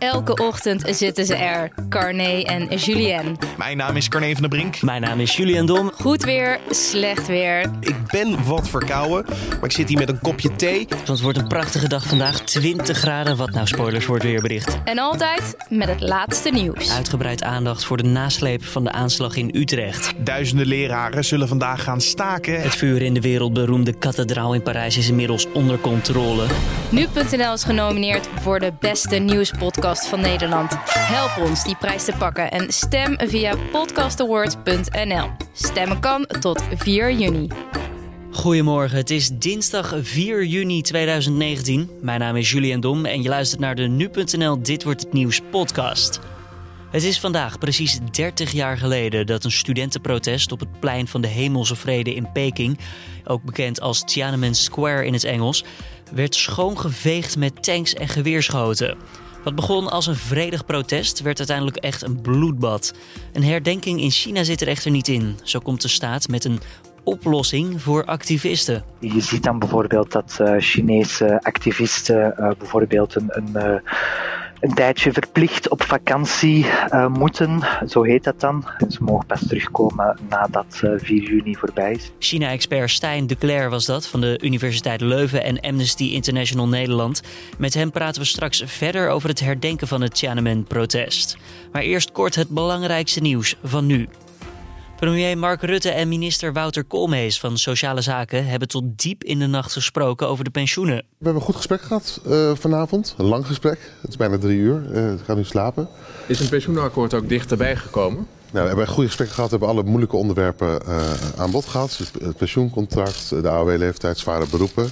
Elke ochtend zitten ze er, Carné en Julien. Mijn naam is Carné van der Brink. Mijn naam is Julian Dom. Goed weer, slecht weer. Ik ben wat verkouden, maar ik zit hier met een kopje thee. Want het wordt een prachtige dag vandaag, 20 graden. Wat nou spoilers voor het weerbericht. En altijd met het laatste nieuws. Uitgebreid aandacht voor de nasleep van de aanslag in Utrecht. Duizenden leraren zullen vandaag gaan staken. Het vuur in de wereldberoemde kathedraal in Parijs is inmiddels onder controle. Nu.nl is genomineerd voor de beste nieuwspodcast van Nederland. Help ons die prijs te pakken en stem via podcastawards.nl. Stemmen kan tot 4 juni. Goedemorgen, het is dinsdag 4 juni 2019. Mijn naam is Julian Dom en je luistert naar de Nu.nl Dit Wordt Het Nieuws podcast. Het is vandaag precies 30 jaar geleden dat een studentenprotest op het plein van de Hemelse Vrede in Peking, ook bekend als Tiananmen Square in het Engels, werd schoongeveegd met tanks en geweerschoten. Wat begon als een vredig protest werd uiteindelijk echt een bloedbad. Een herdenking in China zit er echter niet in. Zo komt de staat met een oplossing voor activisten. Je ziet dan bijvoorbeeld dat Chinese activisten bijvoorbeeld een tijdje verplicht op vakantie moeten, zo heet dat dan. Ze mogen pas terugkomen nadat 4 juni voorbij is. China-expert Stijn de Cler was dat, van de Universiteit Leuven en Amnesty International Nederland. Met hem praten we straks verder over het herdenken van het Tiananmen-protest. Maar eerst kort het belangrijkste nieuws van nu. Premier Mark Rutte en minister Wouter Koolmees van Sociale Zaken hebben tot diep in de nacht gesproken over de pensioenen. We hebben een goed gesprek gehad vanavond. Een lang gesprek. Het is bijna 3 uur. Ik ga nu slapen. Is een pensioenakkoord ook dichterbij gekomen? Nou, we hebben een goed gesprek gehad. We hebben alle moeilijke onderwerpen aan bod gehad. Dus het pensioencontract, de AOW-leeftijd, zware beroepen.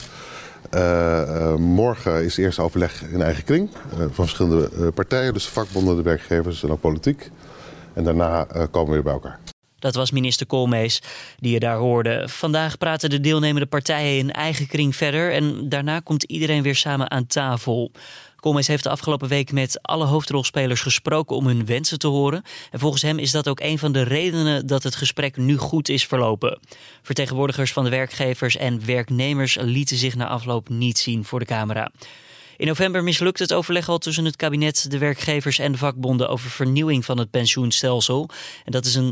Morgen is het eerste overleg in eigen kring van verschillende partijen. Dus de vakbonden, de werkgevers en ook politiek. En daarna komen we weer bij elkaar. Dat was minister Koolmees die je daar hoorde. Vandaag praten de deelnemende partijen in eigen kring verder en daarna komt iedereen weer samen aan tafel. Koolmees heeft de afgelopen week met alle hoofdrolspelers gesproken om hun wensen te horen. En volgens hem is dat ook een van de redenen dat het gesprek nu goed is verlopen. Vertegenwoordigers van de werkgevers en werknemers lieten zich na afloop niet zien voor de camera. In november mislukte het overleg al tussen het kabinet, de werkgevers en de vakbonden over vernieuwing van het pensioenstelsel. En dat is een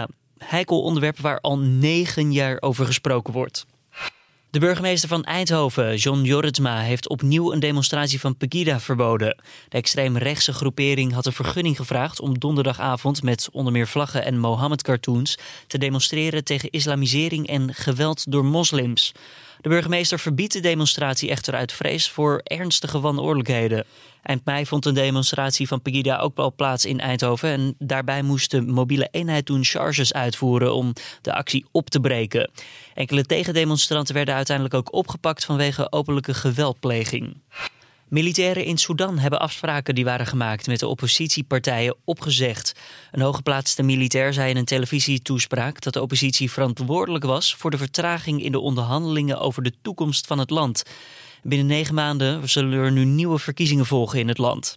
heikel onderwerp waar al 9 jaar over gesproken wordt. De burgemeester van Eindhoven, John Jorritsma, heeft opnieuw een demonstratie van Pegida verboden. De extreemrechtse groepering had een vergunning gevraagd om donderdagavond met onder meer vlaggen en Mohammed-cartoons te demonstreren tegen islamisering en geweld door moslims. De burgemeester verbiedt de demonstratie echter uit vrees voor ernstige wanordelijkheden. Eind mei vond een demonstratie van Pegida ook al plaats in Eindhoven en daarbij moest de mobiele eenheid toen charges uitvoeren om de actie op te breken. Enkele tegendemonstranten werden uiteindelijk ook opgepakt vanwege openlijke geweldpleging. Militairen in Sudan hebben afspraken die waren gemaakt met de oppositiepartijen opgezegd. Een hooggeplaatste militair zei in een televisietoespraak dat de oppositie verantwoordelijk was voor de vertraging in de onderhandelingen over de toekomst van het land. Binnen 9 maanden zullen er nu nieuwe verkiezingen volgen in het land.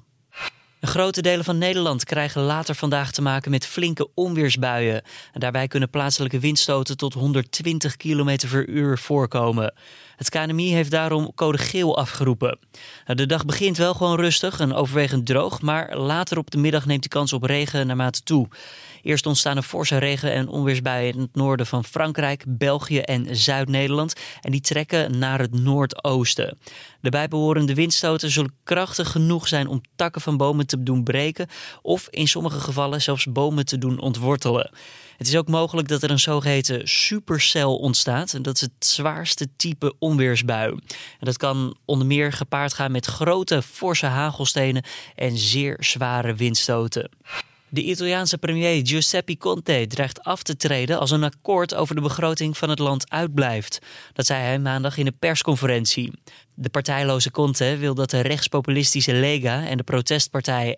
Grote delen van Nederland krijgen later vandaag te maken met flinke onweersbuien. En daarbij kunnen plaatselijke windstoten tot 120 km per uur voorkomen. Het KNMI heeft daarom code geel afgeroepen. De dag begint wel gewoon rustig en overwegend droog, maar later op de middag neemt de kans op regen naarmate toe. Eerst ontstaan er forse regen- en onweersbuien in het noorden van Frankrijk, België en Zuid-Nederland. En die trekken naar het noordoosten. De bijbehorende windstoten zullen krachtig genoeg zijn om takken van bomen te doen breken of in sommige gevallen zelfs bomen te doen ontwortelen. Het is ook mogelijk dat er een zogeheten supercel ontstaat. En dat is het zwaarste type onweersbui. En dat kan onder meer gepaard gaan met grote, forse hagelstenen en zeer zware windstoten. De Italiaanse premier Giuseppe Conte dreigt af te treden als een akkoord over de begroting van het land uitblijft. Dat zei hij maandag in een persconferentie. De partijloze Conte wil dat de rechtspopulistische Lega en de protestpartij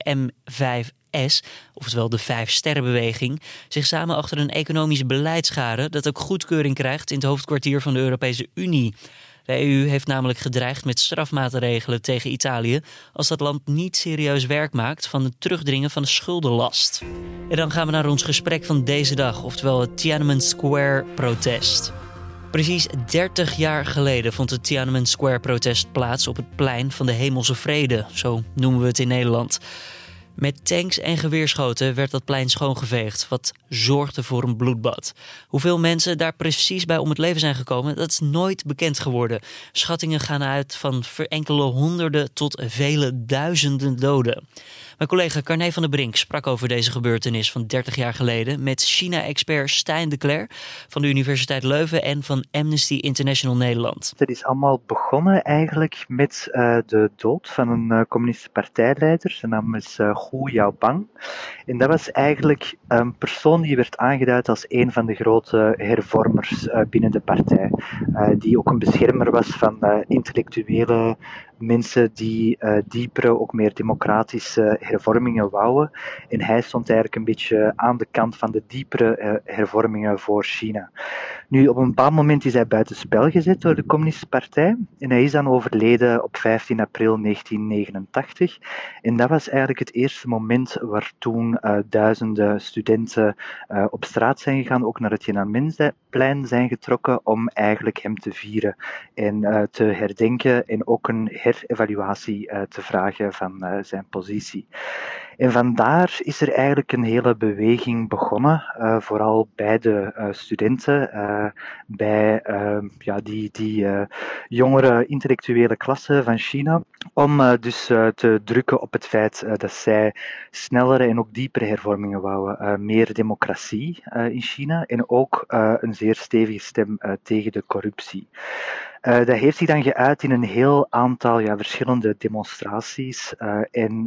M5S, oftewel de 5-sterrenbeweging, zich samen achter een economisch beleid scharen dat ook goedkeuring krijgt in het hoofdkwartier van de Europese Unie. De EU heeft namelijk gedreigd met strafmaatregelen tegen Italië als dat land niet serieus werk maakt van het terugdringen van de schuldenlast. En dan gaan we naar ons gesprek van deze dag, oftewel het Tiananmen Square protest. Precies 30 jaar geleden vond het Tiananmen Square-protest plaats op het plein van de Hemelse Vrede, zo noemen we het in Nederland. Met tanks en geweerschoten werd dat plein schoongeveegd, wat zorgde voor een bloedbad. Hoeveel mensen daar precies bij om het leven zijn gekomen, dat is nooit bekend geworden. Schattingen gaan uit van enkele honderden tot vele duizenden doden. Mijn collega Carné van der Brink sprak over deze gebeurtenis van 30 jaar geleden met China-expert Stijn de Cler van de Universiteit Leuven en van Amnesty International Nederland. Het is allemaal begonnen eigenlijk met de dood van een communistische partijleider. Zijn naam is Hu Yaobang. En dat was eigenlijk een persoon die werd aangeduid als een van de grote hervormers binnen de partij. Die ook een beschermer was van intellectuele mensen die diepere, ook meer democratische hervormingen wouden. En hij stond eigenlijk een beetje aan de kant van de diepere hervormingen voor China. Nu, op een bepaald moment is hij buitenspel gezet door de Communistische Partij. En hij is dan overleden op 15 april 1989. En dat was eigenlijk het eerste moment waar toen duizenden studenten op straat zijn gegaan, ook naar het Tiananmenplein zijn getrokken om eigenlijk hem te vieren en te herdenken en ook een herevaluatie te vragen van zijn positie. En vandaar is er eigenlijk een hele beweging begonnen, vooral bij de studenten, bij die jongere intellectuele klasse van China, om dus te drukken op het feit dat zij snellere en ook diepere hervormingen wouden, meer democratie in China en ook een zeer stevige stem tegen de corruptie. Dat heeft zich dan geuit in een heel aantal verschillende demonstraties en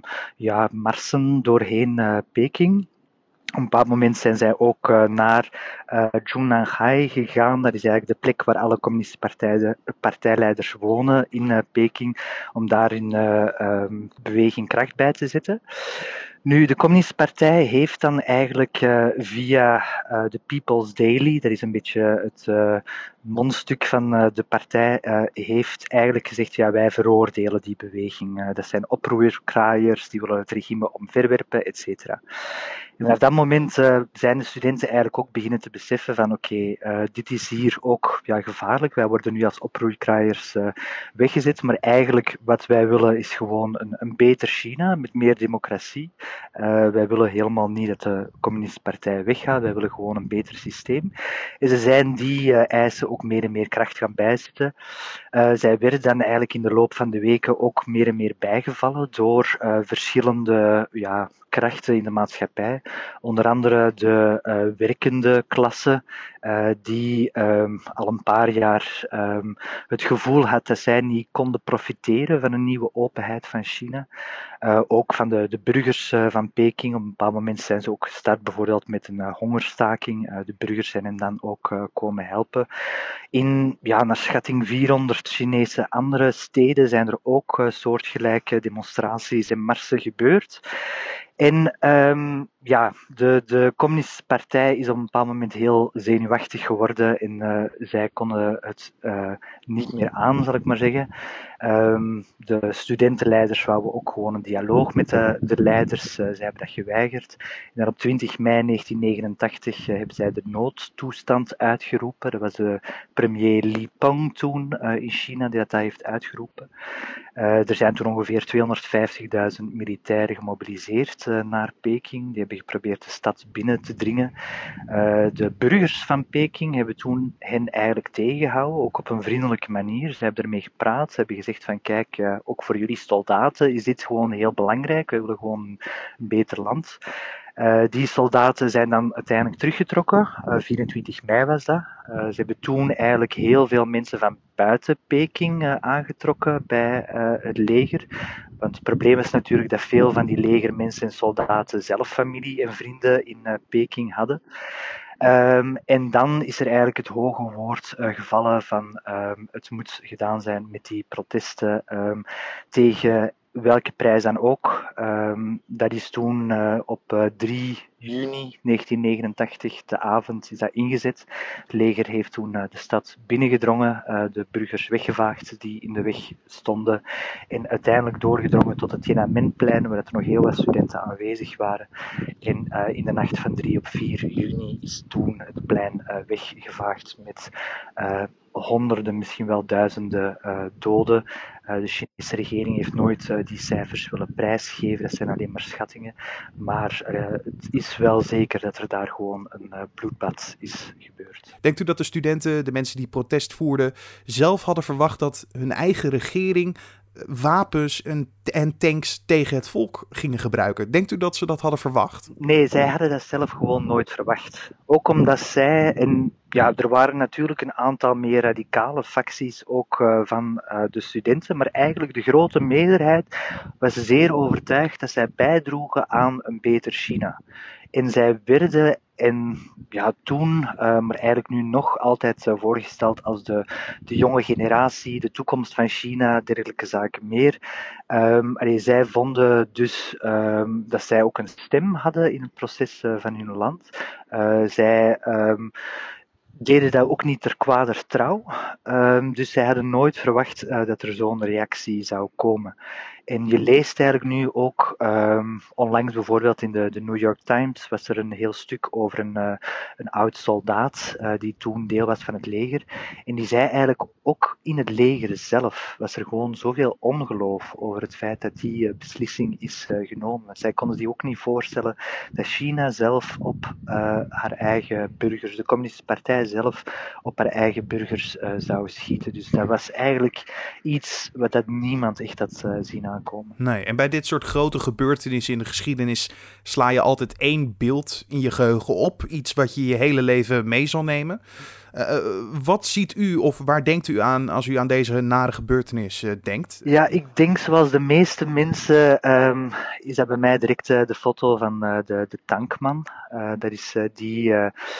marsen doorheen Peking. Op een bepaald moment zijn zij ook naar Zhongnanhai gegaan. Dat is eigenlijk de plek waar alle communistische partijleiders wonen in Peking, om daar hun beweging kracht bij te zetten. Nu, de Communistische Partij heeft dan eigenlijk via de People's Daily, dat is een beetje het mondstuk van de partij, heeft eigenlijk gezegd, wij veroordelen die beweging. Dat zijn oproerkraaiers, die willen het regime omverwerpen, etc. En op dat moment zijn de studenten eigenlijk ook beginnen te beseffen van dit is hier ook gevaarlijk. Wij worden nu als oproerkraaiers weggezet, maar eigenlijk wat wij willen is gewoon een beter China met meer democratie. Wij willen helemaal niet dat de Communistische Partij weggaat, wij willen gewoon een beter systeem. En ze zijn die eisen ook meer en meer kracht gaan bijzetten. Zij werden dan eigenlijk in de loop van de weken ook meer en meer bijgevallen door verschillende krachten in de maatschappij. Onder andere de werkende klasse, die al een paar jaar het gevoel had dat zij niet konden profiteren van een nieuwe openheid van China. Ook van de burgers van Peking. Op een bepaald moment zijn ze ook gestart bijvoorbeeld met een hongerstaking. De burgers zijn hen dan ook komen helpen. In, naar schatting 400 Chinese andere steden zijn er ook soortgelijke demonstraties en marsen gebeurd. En de Communistische Partij is op een bepaald moment heel zenuwachtig geworden en zij konden het niet meer aan, zal ik maar zeggen. De studentenleiders wouden ook gewoon een dialoog met de leiders. Zij hebben dat geweigerd. En dan op 20 mei 1989 hebben zij de noodtoestand uitgeroepen. Dat was de premier Li Peng toen in China die dat heeft uitgeroepen. Er zijn toen ongeveer 250.000 militairen gemobiliseerd naar Peking. Die hebben geprobeerd de stad binnen te dringen. De burgers van Peking hebben toen hen eigenlijk tegengehouden, ook op een vriendelijke manier. Ze hebben ermee gepraat, ze hebben gezegd van kijk, ook voor jullie soldaten is dit gewoon heel belangrijk. We willen gewoon een beter land. Die soldaten zijn dan uiteindelijk teruggetrokken. 24 mei was dat. Ze hebben toen eigenlijk heel veel mensen van buiten Peking aangetrokken bij het leger. Want het probleem is natuurlijk dat veel van die legermensen en soldaten zelf familie en vrienden in Peking hadden. En dan is er eigenlijk het hoge woord gevallen van het moet gedaan zijn met die protesten tegen welke prijs dan ook. Dat is toen op 3 juni 1989, de avond, is dat ingezet. Het leger heeft toen de stad binnengedrongen, de burgers weggevaagd die in de weg stonden en uiteindelijk doorgedrongen tot het Tiananmenplein, waar er nog heel wat studenten aanwezig waren. En in de nacht van 3 op 4 juni is toen het plein weggevaagd met honderden, misschien wel duizenden doden. De Chinese regering heeft nooit die cijfers willen prijsgeven, dat zijn alleen maar schattingen. Maar het is wel zeker dat er daar gewoon een bloedbad is gebeurd. Denkt u dat de studenten, de mensen die protest voerden, zelf hadden verwacht dat hun eigen regering wapens en tanks tegen het volk gingen gebruiken? Denkt u dat ze dat hadden verwacht? Nee, zij hadden dat zelf gewoon nooit verwacht. Ook omdat zij, en ja, er waren natuurlijk een aantal meer radicale facties ook van de studenten, maar eigenlijk de grote meerderheid was zeer overtuigd dat zij bijdroegen aan een beter China. En zij werden toen, maar eigenlijk nu nog altijd voorgesteld als de jonge generatie, de toekomst van China, dergelijke zaken meer. Zij vonden dus dat zij ook een stem hadden in het proces van hun land. Zij deden dat ook niet ter kwader trouw. Dus zij hadden nooit verwacht dat er zo'n reactie zou komen. En je leest eigenlijk nu ook, onlangs bijvoorbeeld in de New York Times, was er een heel stuk over een oud soldaat die toen deel was van het leger. En die zei eigenlijk ook in het leger zelf was er gewoon zoveel ongeloof over het feit dat die beslissing is genomen. Zij konden zich ook niet voorstellen dat China zelf op haar eigen burgers, de Communistische Partij zelf op haar eigen burgers zou schieten. Dus dat was eigenlijk iets wat dat niemand echt had zien aankomen. Nee, en bij dit soort grote gebeurtenissen in de geschiedenis sla je altijd één beeld in je geheugen op. Iets wat je je hele leven mee zal nemen. Wat ziet u of waar denkt u aan als u aan deze nare gebeurtenis denkt? Ja, ik denk zoals de meeste mensen is dat bij mij direct de foto van de tankman. Dat is die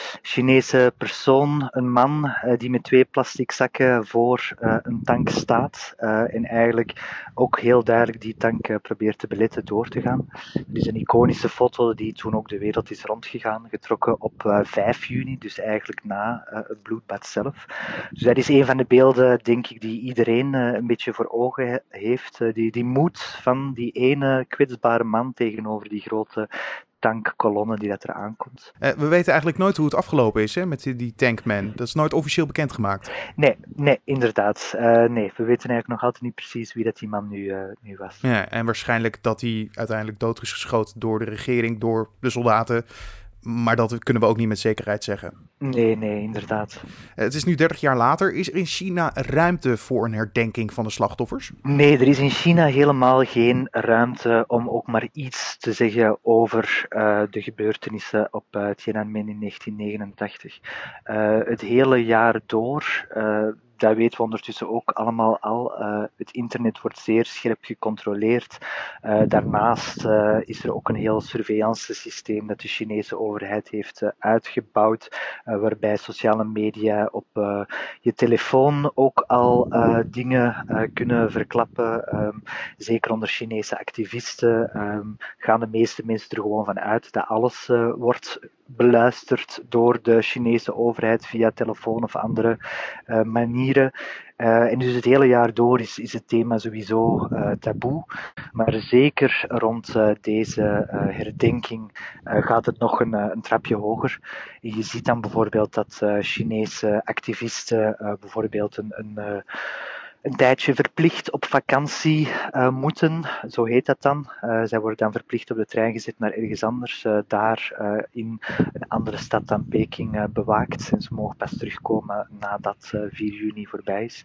Chinese persoon, een man die met 2 plastic zakken voor een tank staat en eigenlijk ook heel duidelijk die tank probeert te beletten door te gaan. Het is een iconische foto die toen ook de wereld is rondgegaan, getrokken op 5 juni, dus eigenlijk na het bloedbad zelf. Dus dat is een van de beelden, denk ik, die iedereen een beetje voor ogen heeft. Die moed van die ene kwetsbare man tegenover die grote tankkolonne die dat eraan komt. We weten eigenlijk nooit hoe het afgelopen is, hè, met die tankman. Dat is nooit officieel bekendgemaakt. Nee, inderdaad. We weten eigenlijk nog altijd niet precies wie dat die man nu was. Ja, en waarschijnlijk dat hij uiteindelijk dood is geschoten door de regering, door de soldaten. Maar dat kunnen we ook niet met zekerheid zeggen. Nee, inderdaad. Het is nu 30 jaar later. Is er in China ruimte voor een herdenking van de slachtoffers? Nee, er is in China helemaal geen ruimte om ook maar iets te zeggen over de gebeurtenissen op Tiananmen in 1989. Het hele jaar door, dat weten we ondertussen ook allemaal al. Het internet wordt zeer scherp gecontroleerd. Daarnaast is er ook een heel surveillance-systeem dat de Chinese overheid heeft uitgebouwd, waarbij sociale media op je telefoon ook al dingen kunnen verklappen. Zeker onder Chinese activisten gaan de meeste mensen er gewoon van uit dat alles wordt beluisterd door de Chinese overheid via telefoon of andere manieren. En dus het hele jaar door is het thema sowieso taboe. Maar zeker rond deze herdenking gaat het nog een trapje hoger. Je ziet dan bijvoorbeeld dat Chinese activisten bijvoorbeeld een tijdje verplicht op vakantie moeten, zo heet dat dan. Zij worden dan verplicht op de trein gezet naar ergens anders, daar in een andere stad dan Peking bewaakt. En ze mogen pas terugkomen nadat 4 juni voorbij is.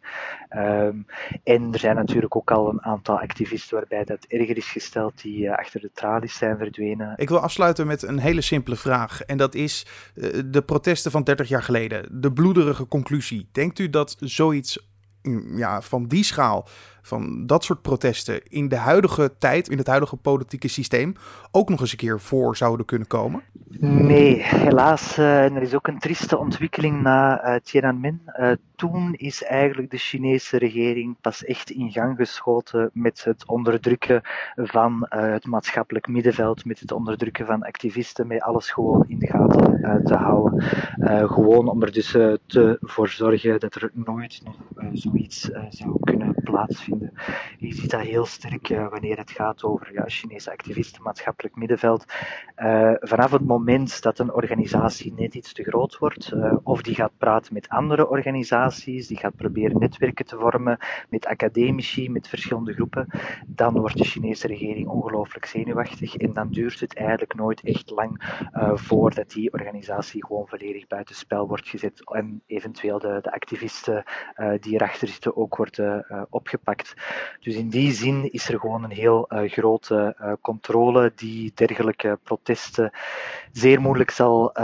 En er zijn natuurlijk ook al een aantal activisten waarbij dat erger is gesteld, die achter de tralies zijn verdwenen. Ik wil afsluiten met een hele simpele vraag. En dat is de protesten van 30 jaar geleden. De bloederige conclusie. Denkt u dat zoiets van die schaal van dat soort protesten in de huidige tijd, in het huidige politieke systeem, ook nog eens een keer voor zouden kunnen komen? Nee, helaas. Er is ook een trieste ontwikkeling na Tiananmen. Toen is eigenlijk de Chinese regering pas echt in gang geschoten met het onderdrukken van het maatschappelijk middenveld, met het onderdrukken van activisten, met alles gewoon in de gaten te houden. Gewoon om er dus te voor zorgen dat er nooit nog zoiets zou kunnen plaatsvinden. Je ziet dat heel sterk wanneer het gaat over Chinese activisten, maatschappelijk middenveld. Vanaf het moment dat een organisatie net iets te groot wordt, of die gaat praten met andere organisaties, die gaat proberen netwerken te vormen met academici, met verschillende groepen, dan wordt de Chinese regering ongelooflijk zenuwachtig en dan duurt het eigenlijk nooit echt lang voordat die organisatie gewoon volledig buitenspel wordt gezet en eventueel de activisten die erachter zitten ook worden opgepakt. Dus in die zin is er gewoon een heel grote controle die dergelijke protesten zeer moeilijk zal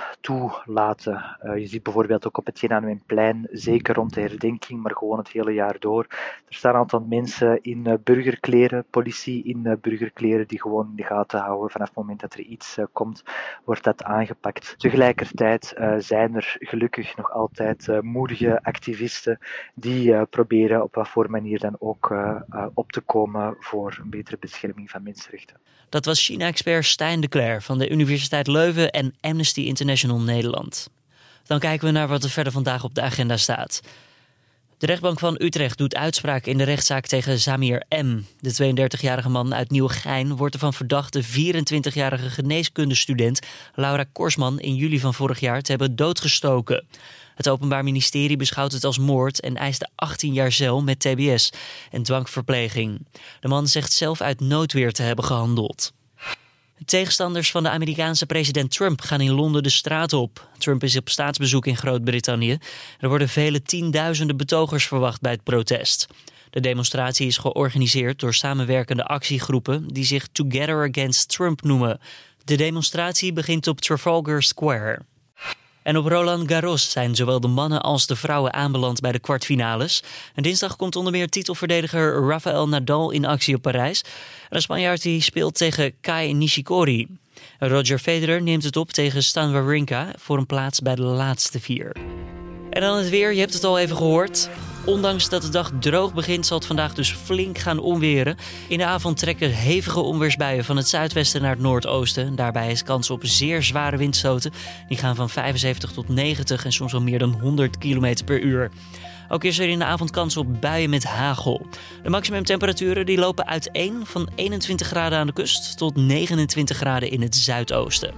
toelaten. Je ziet bijvoorbeeld ook op het Tiananmenplein, zeker rond de herdenking, maar gewoon het hele jaar door. Er staan een aantal mensen in burgerkleren, politie in burgerkleren, die gewoon in de gaten houden. Vanaf het moment dat er iets komt, wordt dat aangepakt. Tegelijkertijd zijn er gelukkig nog altijd moedige activisten die proberen op wat voor manier dan ook op te komen voor een betere bescherming van mensenrechten. Dat was China-expert Stijn de Cler van de Universiteit Leuven en Amnesty International Nederland. Dan kijken we naar wat er verder vandaag op de agenda staat. De rechtbank van Utrecht doet uitspraak in de rechtszaak tegen Samir M. De 32-jarige man uit Nieuwegein wordt ervan verdacht de 24-jarige geneeskundestudent Laura Korsman in juli van vorig jaar te hebben doodgestoken. Het Openbaar Ministerie beschouwt het als moord en eiste 18 jaar cel met tbs en dwangverpleging. De man zegt zelf uit noodweer te hebben gehandeld. Tegenstanders van de Amerikaanse president Trump gaan in Londen de straat op. Trump is op staatsbezoek in Groot-Brittannië. Er worden vele tienduizenden betogers verwacht bij het protest. De demonstratie is georganiseerd door samenwerkende actiegroepen die zich Together Against Trump noemen. De demonstratie begint op Trafalgar Square. En op Roland Garros zijn zowel de mannen als de vrouwen aanbeland bij de kwartfinales. En dinsdag komt onder meer titelverdediger Rafael Nadal in actie op Parijs. En de Spanjaard die speelt tegen Kei Nishikori. Roger Federer neemt het op tegen Stan Wawrinka voor een plaats bij de laatste 4. En dan het weer, je hebt het al even gehoord. Ondanks dat de dag droog begint, zal het vandaag dus flink gaan onweren. In de avond trekken hevige onweersbuien van het zuidwesten naar het noordoosten. Daarbij is kans op zeer zware windstoten. Die gaan van 75 tot 90 en soms wel meer dan 100 km per uur. Ook is er in de avond kans op buien met hagel. De maximumtemperaturen die lopen uiteen van 21 graden aan de kust tot 29 graden in het zuidoosten.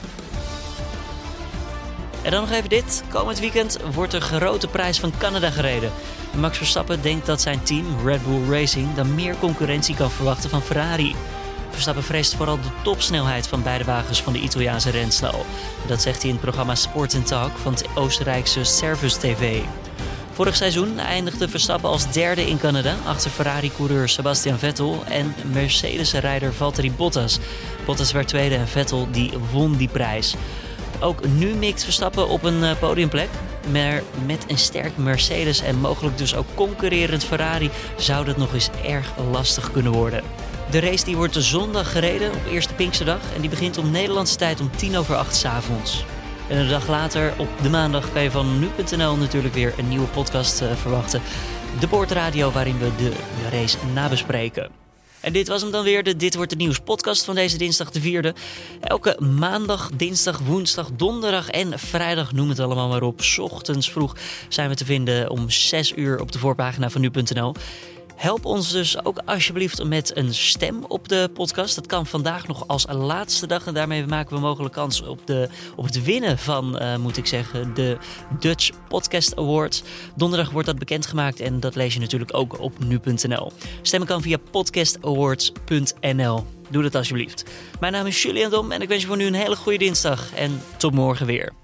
En dan nog even dit. Komend weekend wordt de grote prijs van Canada gereden. Max Verstappen denkt dat zijn team, Red Bull Racing, dan meer concurrentie kan verwachten van Ferrari. Verstappen vreest vooral de topsnelheid van beide wagens van de Italiaanse renstal. Dat zegt hij in het programma Sport & Talk van het Oostenrijkse Servus TV. Vorig seizoen eindigde Verstappen als derde in Canada achter Ferrari-coureur Sebastian Vettel en Mercedes-rijder Valtteri Bottas. Bottas werd tweede en Vettel die won die prijs. Ook nu mikt Verstappen op een podiumplek. Maar met een sterk Mercedes en mogelijk dus ook concurrerend Ferrari zou dat nog eens erg lastig kunnen worden. De race die wordt zondag gereden op eerste Pinksterdag en die begint om Nederlandse tijd om 7:50 s'avonds. En een dag later, op de maandag, kan je van nu.nl natuurlijk weer een nieuwe podcast verwachten. De Boordradio, waarin we de race nabespreken. En dit was hem dan weer, de Dit Wordt Het Nieuws podcast van deze dinsdag de 4e. Elke maandag, dinsdag, woensdag, donderdag en vrijdag, noem het allemaal maar op. 's Ochtends vroeg zijn we te vinden om 6 uur op de voorpagina van nu.nl. Help ons dus ook alsjeblieft met een stem op de podcast. Dat kan vandaag nog als laatste dag. En daarmee maken we mogelijk kans op het winnen van, de Dutch Podcast Awards. Donderdag wordt dat bekendgemaakt en dat lees je natuurlijk ook op nu.nl. Stemmen kan via podcastawards.nl. Doe dat alsjeblieft. Mijn naam is Julian Dom en ik wens je voor nu een hele goede dinsdag. En tot morgen weer.